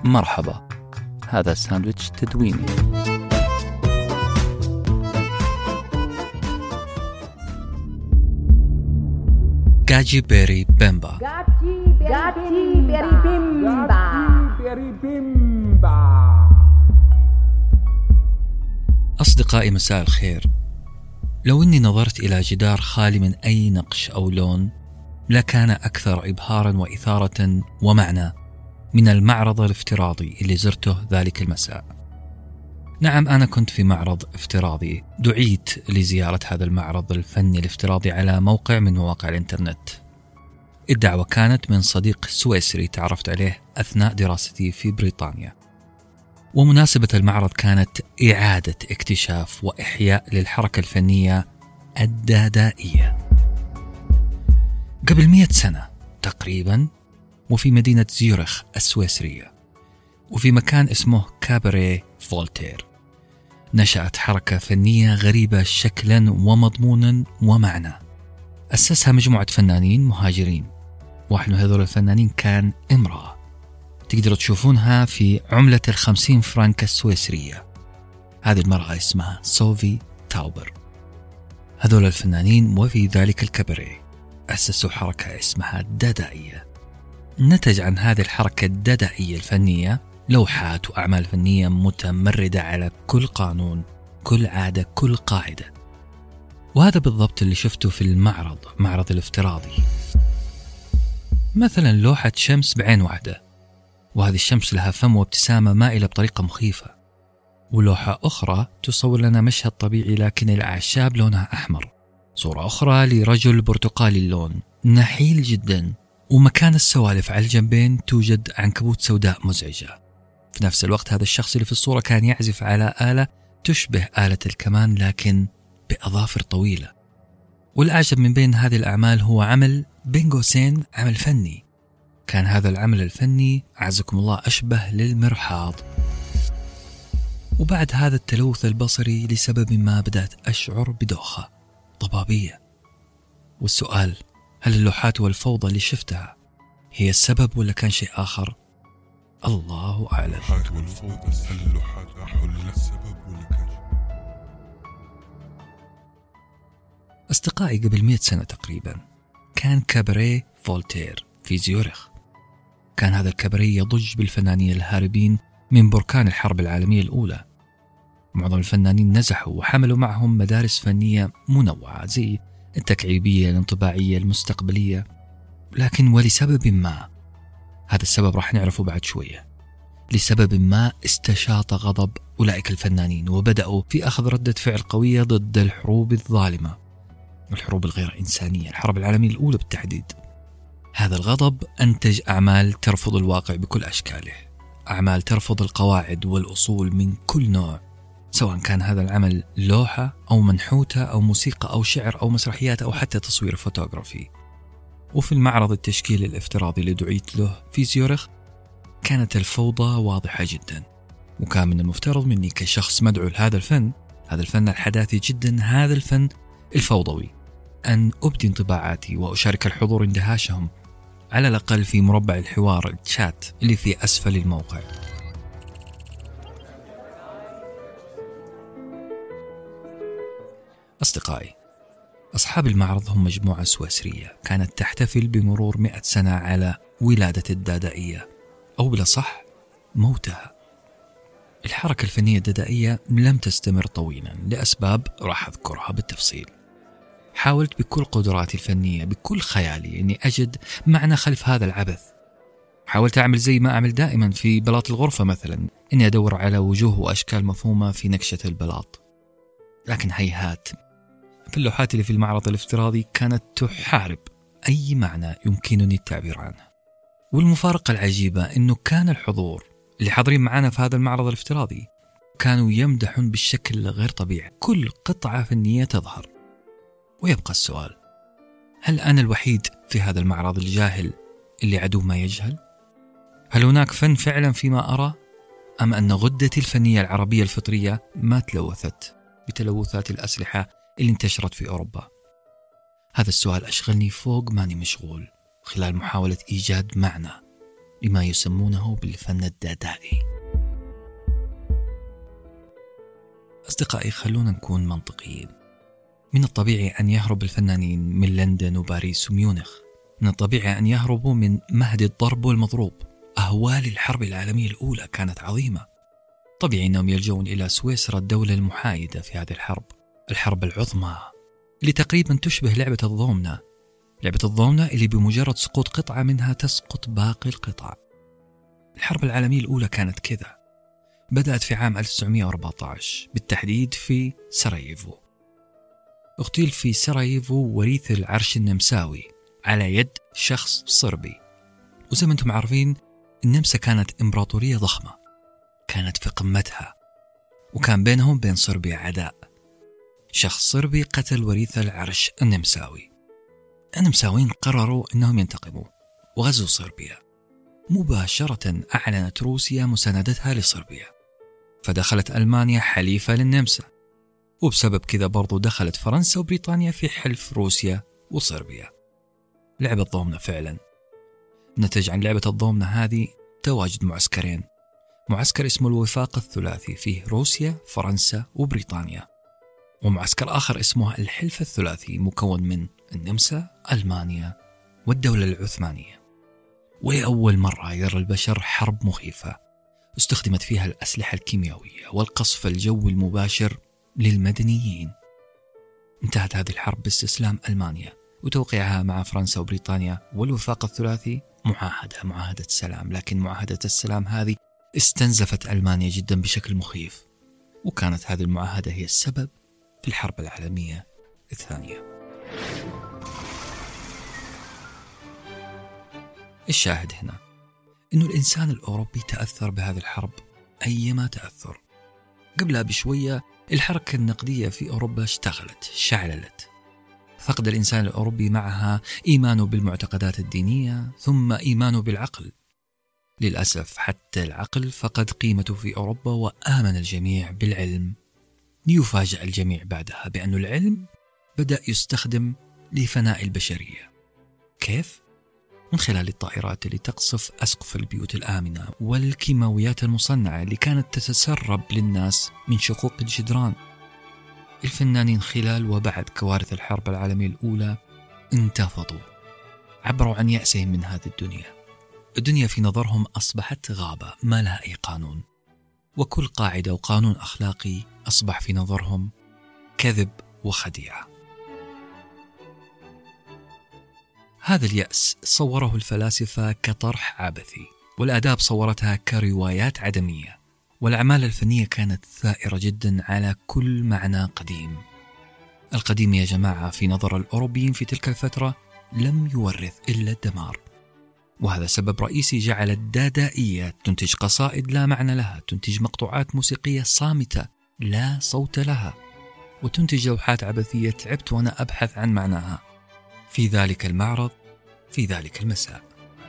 مرحبا، هذا ساندويتش تدويني. غاتشي بيري بيمبا. أصدقائي مساء الخير. لو أني نظرت إلى جدار خالي من أي نقش أو لون لكان أكثر إبهاراً وإثارة ومعنى من المعرض الافتراضي اللي زرته ذلك المساء. نعم، أنا كنت في معرض افتراضي. دعيت لزيارة هذا المعرض الفني الافتراضي على موقع من مواقع الإنترنت. الدعوة كانت من صديق سويسري تعرفت عليه أثناء دراستي في بريطانيا. ومناسبة المعرض كانت إعادة اكتشاف وإحياء للحركة الفنية الدادائية قبل 100 سنة تقريبا، وفي مدينة زيورخ السويسرية، وفي مكان اسمه كاباريه فولتير. نشأت حركة فنية غريبة شكلا ومضمونا ومعنى. أسسها مجموعة فنانين مهاجرين. واحد من هذول الفنانين كان امرأة، تقدروا تشوفونها في عملة 50 فرنك السويسرية. هذه المرأة اسمها سوفي تاوبر. هذول الفنانين وفي ذلك الكاباريه أسسوا حركة اسمها الدادائية. نتج عن هذه الحركة الدادائية الفنية لوحات وأعمال فنية متمردة على كل قانون، كل عادة، كل قاعدة. وهذا بالضبط اللي شفته في معرض الافتراضي. مثلا لوحة شمس بعين واحدة، وهذه الشمس لها فم وابتسامة مائلة بطريقة مخيفة. ولوحة أخرى تصور لنا مشهد طبيعي لكن الأعشاب لونها أحمر. صورة أخرى لرجل برتقالي اللون نحيل جدا، ومكان السوالف على الجنبين توجد عنكبوت سوداء مزعجة. في نفس الوقت هذا الشخص اللي في الصورة كان يعزف على آلة تشبه آلة الكمان لكن بأظافر طويلة. والأعجب من بين هذه الأعمال هو عمل بين قوسين عمل فني. كان هذا العمل الفني أعزكم الله أشبه للمرحاض. وبعد هذا التلوث البصري لسبب ما بدأت أشعر بدوخة ضبابية. والسؤال، هل اللوحات والفوضى اللي شفتها هي السبب ولا كان شيء آخر؟ الله أعلم. اللوحات والفوضى، هل اللوحات أحل السبب ولا كان شيء؟ أصدقائي، قبل 100 سنة تقريبا كان كاباريه فولتير في زيورخ. كان هذا الكاباريه يضج بالفنانين الهاربين من بركان الحرب العالمية الأولى. معظم الفنانين نزحوا وحملوا معهم مدارس فنية منوعة زي التكعيبية، الانطباعية، المستقبلية. لكن ولسبب ما، هذا السبب راح نعرفه بعد شوية، لسبب ما استشاط غضب أولئك الفنانين وبدأوا في أخذ ردة فعل قوية ضد الحروب الظالمة، الحروب الغير إنسانية، الحرب العالمية الأولى بالتحديد. هذا الغضب أنتج أعمال ترفض الواقع بكل أشكاله، أعمال ترفض القواعد والأصول من كل نوع، سواء كان هذا العمل لوحة أو منحوتة أو موسيقى أو شعر أو مسرحيات أو حتى تصوير فوتوغرافي. وفي المعرض التشكيلي الافتراضي اللي دعيت له في زيورخ كانت الفوضى واضحة جدا. وكان من المفترض مني كشخص مدعو لهذا الفن، هذا الفن الحداثي جدا، هذا الفن الفوضوي، أن أبدي انطباعاتي وأشارك الحضور اندهاشهم، على الأقل في مربع الحوار الشات اللي في أسفل الموقع. أصدقائي، أصحاب المعرض هم مجموعة سويسرية كانت تحتفل بمرور 100 سنة على ولادة الدادائية، أو بلا صح موتها. الحركة الفنية الدادائية لم تستمر طويلا لأسباب راح أذكرها بالتفصيل. حاولت بكل قدراتي الفنية، بكل خيالي، أني أجد معنى خلف هذا العبث. حاولت أعمل زي ما أعمل دائما في بلاط الغرفة مثلا، أني أدور على وجوه وأشكال مفهومة في نكشة البلاط. لكن هيهات، في اللوحات اللي في المعرض الافتراضي كانت تحارب أي معنى يمكنني التعبير عنه. والمفارقة العجيبة أنه كان الحضور اللي حاضرين معنا في هذا المعرض الافتراضي كانوا يمدحون بالشكل غير طبيعي كل قطعة فنية تظهر. ويبقى السؤال، هل أنا الوحيد في هذا المعرض الجاهل اللي عدو ما يجهل؟ هل هناك فن فعلا فيما أرى؟ أم أن غدتي الفنية العربية الفطرية ما تلوثت بتلوثات الأسلحة اللي انتشرت في أوروبا؟ هذا السؤال أشغلني فوق ماني مشغول خلال محاولة إيجاد معنى لما يسمونه بالفن الدادائي. أصدقائي، خلونا نكون منطقيين. من الطبيعي أن يهرب الفنانين من لندن وباريس وميونخ، من الطبيعي أن يهربوا من مهد الضرب والمضروب. أهوال الحرب العالمية الأولى كانت عظيمة، طبيعي أنهم يلجؤون إلى سويسرا، الدولة المحايدة في هذه الحرب العظمى اللي تقريبا تشبه لعبة الضومنة اللي بمجرد سقوط قطعة منها تسقط باقي القطع. الحرب العالمية الأولى كانت كذا، بدأت في عام 1914 بالتحديد في سراييفو. اغتيل في سراييفو وريث العرش النمساوي على يد شخص صربي. وزي ما انتم عارفين، النمسا كانت إمبراطورية ضخمة، كانت في قمتها، وكان بينهم بين صربيا عداء. شخص صربي قتل وريث العرش النمساوي. النمساويين قرروا أنهم ينتقموا وغزوا صربيا. مباشرة أعلنت روسيا مساندتها لصربيا، فدخلت ألمانيا حليفة للنمسا، وبسبب كذا برضو دخلت فرنسا وبريطانيا في حلف روسيا وصربيا. لعبة ضومنة فعلا. نتج عن لعبة الضومنة هذه تواجد معسكرين، معسكر اسمه الوفاق الثلاثي فيه روسيا، فرنسا وبريطانيا، ومعسكر آخر اسمه الحلف الثلاثي مكون من النمسا، ألمانيا والدولة العثمانية. وأول مرة يرى البشر حرب مخيفة استخدمت فيها الأسلحة الكيميائية والقصف الجوي المباشر للمدنيين. انتهت هذه الحرب باستسلام ألمانيا وتوقيعها مع فرنسا وبريطانيا والوفاق الثلاثي معاهدة سلام. لكن معاهدة السلام هذه استنزفت ألمانيا جدا بشكل مخيف، وكانت هذه المعاهدة هي السبب في الحرب العالمية الثانية. الشاهد هنا إنه الإنسان الأوروبي تأثر بهذه الحرب أيما تأثر. قبلها بشوية الحركة النقدية في أوروبا شعللت. فقد الإنسان الأوروبي معها إيمانه بالمعتقدات الدينية، ثم إيمانه بالعقل. للأسف حتى العقل فقد قيمته في أوروبا، وآمن الجميع بالعلم. ليفاجأ الجميع بعدها بأن العلم بدأ يستخدم لفناء البشرية. كيف؟ من خلال الطائرات اللي تقصف أسقف البيوت الآمنة، والكيماويات المصنعة اللي كانت تتسرب للناس من شقوق الجدران. الفنانين خلال وبعد كوارث الحرب العالمية الأولى انتفضوا، عبروا عن يأسهم من هذه الدنيا في نظرهم أصبحت غابة ما لها أي قانون، وكل قاعدة وقانون أخلاقي أصبح في نظرهم كذب وخديعة. هذا اليأس صوره الفلاسفة كطرح عبثي، والآداب صورتها كروايات عدمية، والأعمال الفنية كانت ثائرة جدا على كل معنى قديم. القديم يا جماعة في نظر الأوروبيين في تلك الفترة لم يورث إلا الدمار، وهذا سبب رئيسي جعل الدادائية تنتج قصائد لا معنى لها، تنتج مقطوعات موسيقية صامتة لا صوت لها، وتنتج لوحات عبثية تعبت وأنا أبحث عن معناها في ذلك المعرض في ذلك المساء.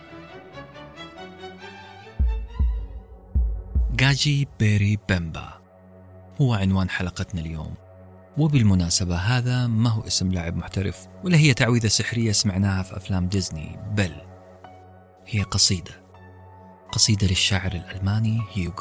غاجي بيري بيمبا هو عنوان حلقتنا اليوم، وبالمناسبة هذا ما هو اسم لاعب محترف ولا هي تعويذة سحرية سمعناها في أفلام ديزني، بل هي قصيدة للشاعر الألماني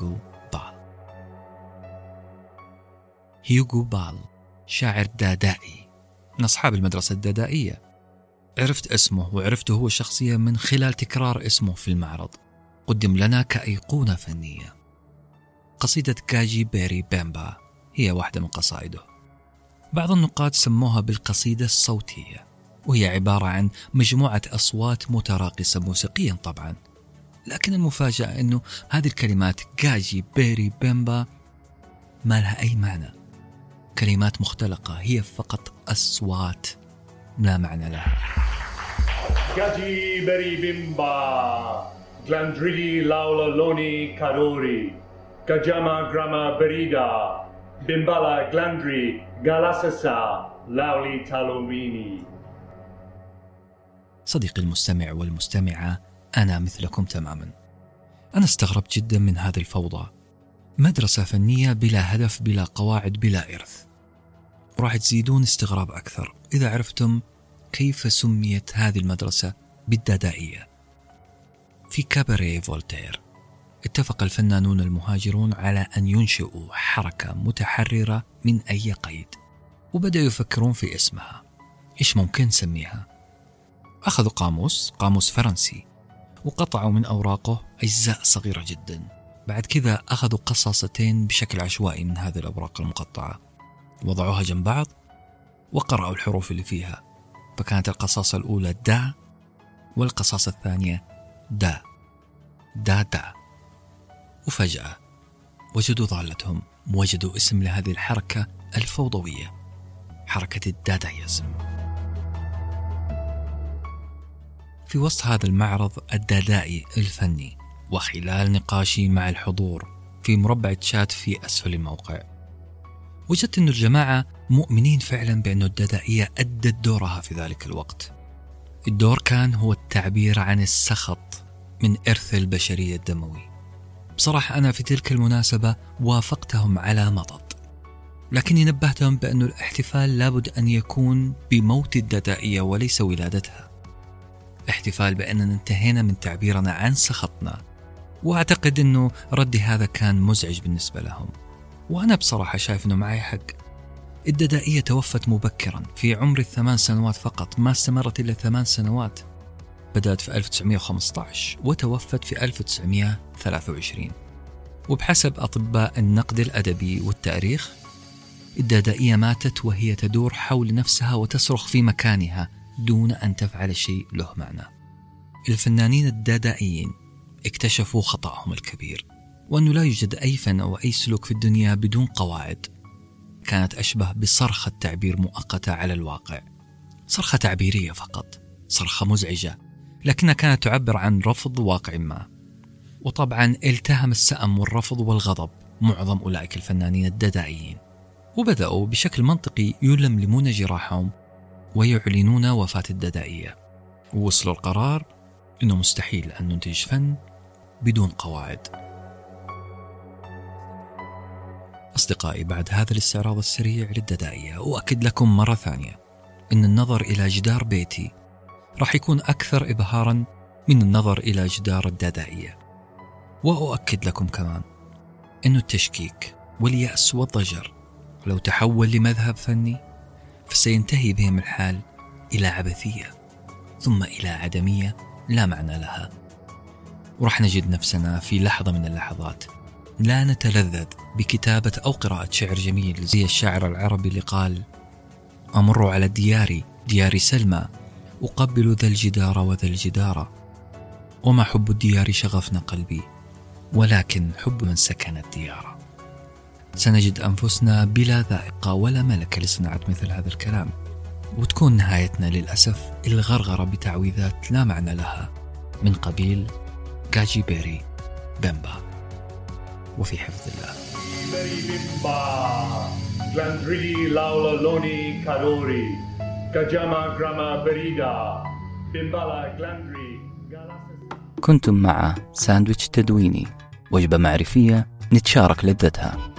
هيوغو بال، شاعر دادائي من أصحاب المدرسة الدادائية. عرفت اسمه وعرفته هو شخصيا من خلال تكرار اسمه في المعرض، قدم لنا كأيقونة فنية. قصيدة غاجي بيري بيمبا هي واحدة من قصائده. بعض النقاد سموها بالقصيدة الصوتية، وهي عبارة عن مجموعة أصوات متراقصة موسيقيا طبعا، لكن المفاجأة أنه هذه الكلمات غاجي بيري بيمبا ما لها أي معنى، كلمات مختلقة هي فقط أصوات لا معنى لها. غاجي بيري بيمبا غلاندريدي لاولا لوني كاروري كاجاما غراما بريدا بيمبالا غلاندري غالاسسا لاولي تالوميني. صديقي المستمع والمستمعة، أنا مثلكم تماما. أنا استغربت جدا من هذه الفوضى، مدرسة فنية بلا هدف بلا قواعد بلا إرث. راح تزيدون استغراب أكثر إذا عرفتم كيف سميت هذه المدرسة بالدادائية. في كاباريه فولتير اتفق الفنانون المهاجرون على أن ينشئوا حركة متحررة من أي قيد، وبدأوا يفكرون في اسمها. إيش ممكن نسميها؟ أخذوا قاموس فرنسي وقطعوا من أوراقه أجزاء صغيرة جدا. بعد كذا أخذوا قصاصتين بشكل عشوائي من هذه الأوراق المقطعة، وضعوها جنب بعض وقرأوا الحروف اللي فيها، فكانت القصاصة الأولى دا، والقصاصة الثانية دا دا دا. وفجأة وجدوا ضالتهم، وجدوا اسم لهذه الحركة الفوضوية، حركة الدادايزم. في وسط هذا المعرض الدادائي الفني، وخلال نقاشي مع الحضور في مربع تشات في أسفل الموقع، وجدت أن الجماعة مؤمنين فعلا بأن الدادائية أدت دورها في ذلك الوقت. الدور كان هو التعبير عن السخط من إرث البشرية الدموي. بصراحة أنا في تلك المناسبة وافقتهم على مضض، لكني نبهتهم بأن الاحتفال لابد أن يكون بموت الدادائية وليس ولادتها، احتفال بأننا انتهينا من تعبيرنا عن سخطنا. وأعتقد أنه ردي هذا كان مزعج بالنسبة لهم، وأنا بصراحة شايف أنه معي حق. الدادائية توفت مبكرا في عمر 8 سنوات فقط، ما استمرت إلا 8 سنوات. بدأت في 1915 وتوفت في 1923. وبحسب أطباء النقد الأدبي والتاريخ، الدادائية ماتت وهي تدور حول نفسها وتصرخ في مكانها دون أن تفعل شيء له معنى. الفنانين الدادائيين اكتشفوا خطأهم الكبير، وأنه لا يوجد أي فن أو أي سلوك في الدنيا بدون قواعد. كانت أشبه بصرخة تعبير مؤقتة على الواقع، صرخة تعبيرية فقط، صرخة مزعجة، لكنها كانت تعبر عن رفض واقع ما. وطبعا التهم السأم والرفض والغضب معظم أولئك الفنانين الدادائيين، وبدأوا بشكل منطقي يلملمون جراحهم ويعلنون وفاة الدادائية، ووصلوا القرار أنه مستحيل أن ننتج فن بدون قواعد. أصدقائي، بعد هذا الاستعراض السريع للدادائية، أؤكد لكم مرة ثانية أن النظر إلى جدار بيتي راح يكون أكثر إبهاراً من النظر إلى جدار الدادائية. وأؤكد لكم كمان أن التشكيك واليأس والضجر لو تحول لمذهب فني فسينتهي بهم الحال إلى عبثية، ثم إلى عدمية لا معنى لها. ورح نجد نفسنا في لحظة من اللحظات لا نتلذذ بكتابة أو قراءة شعر جميل زي الشاعر العربي اللي قال: أمر على ديار سلمى، أقبل ذا الجدار وذا الجدار، وما حب الديار شغفنا قلبي، ولكن حب من سكن الديار. سنجد أنفسنا بلا ذائقة ولا ملكة لصناعة مثل هذا الكلام، وتكون نهايتنا للأسف الغرغرة بتعويذات لا معنى لها من قبيل كاجي بيري بيمبا. وفي حفظ الله. بيمبا غلاندريدي لاولا لوني كاروري كاجاما جراما بريدا بيمبالا غلاندري. كنتم مع ساندويتش تدويني، وجبة معرفية نتشارك لذتها.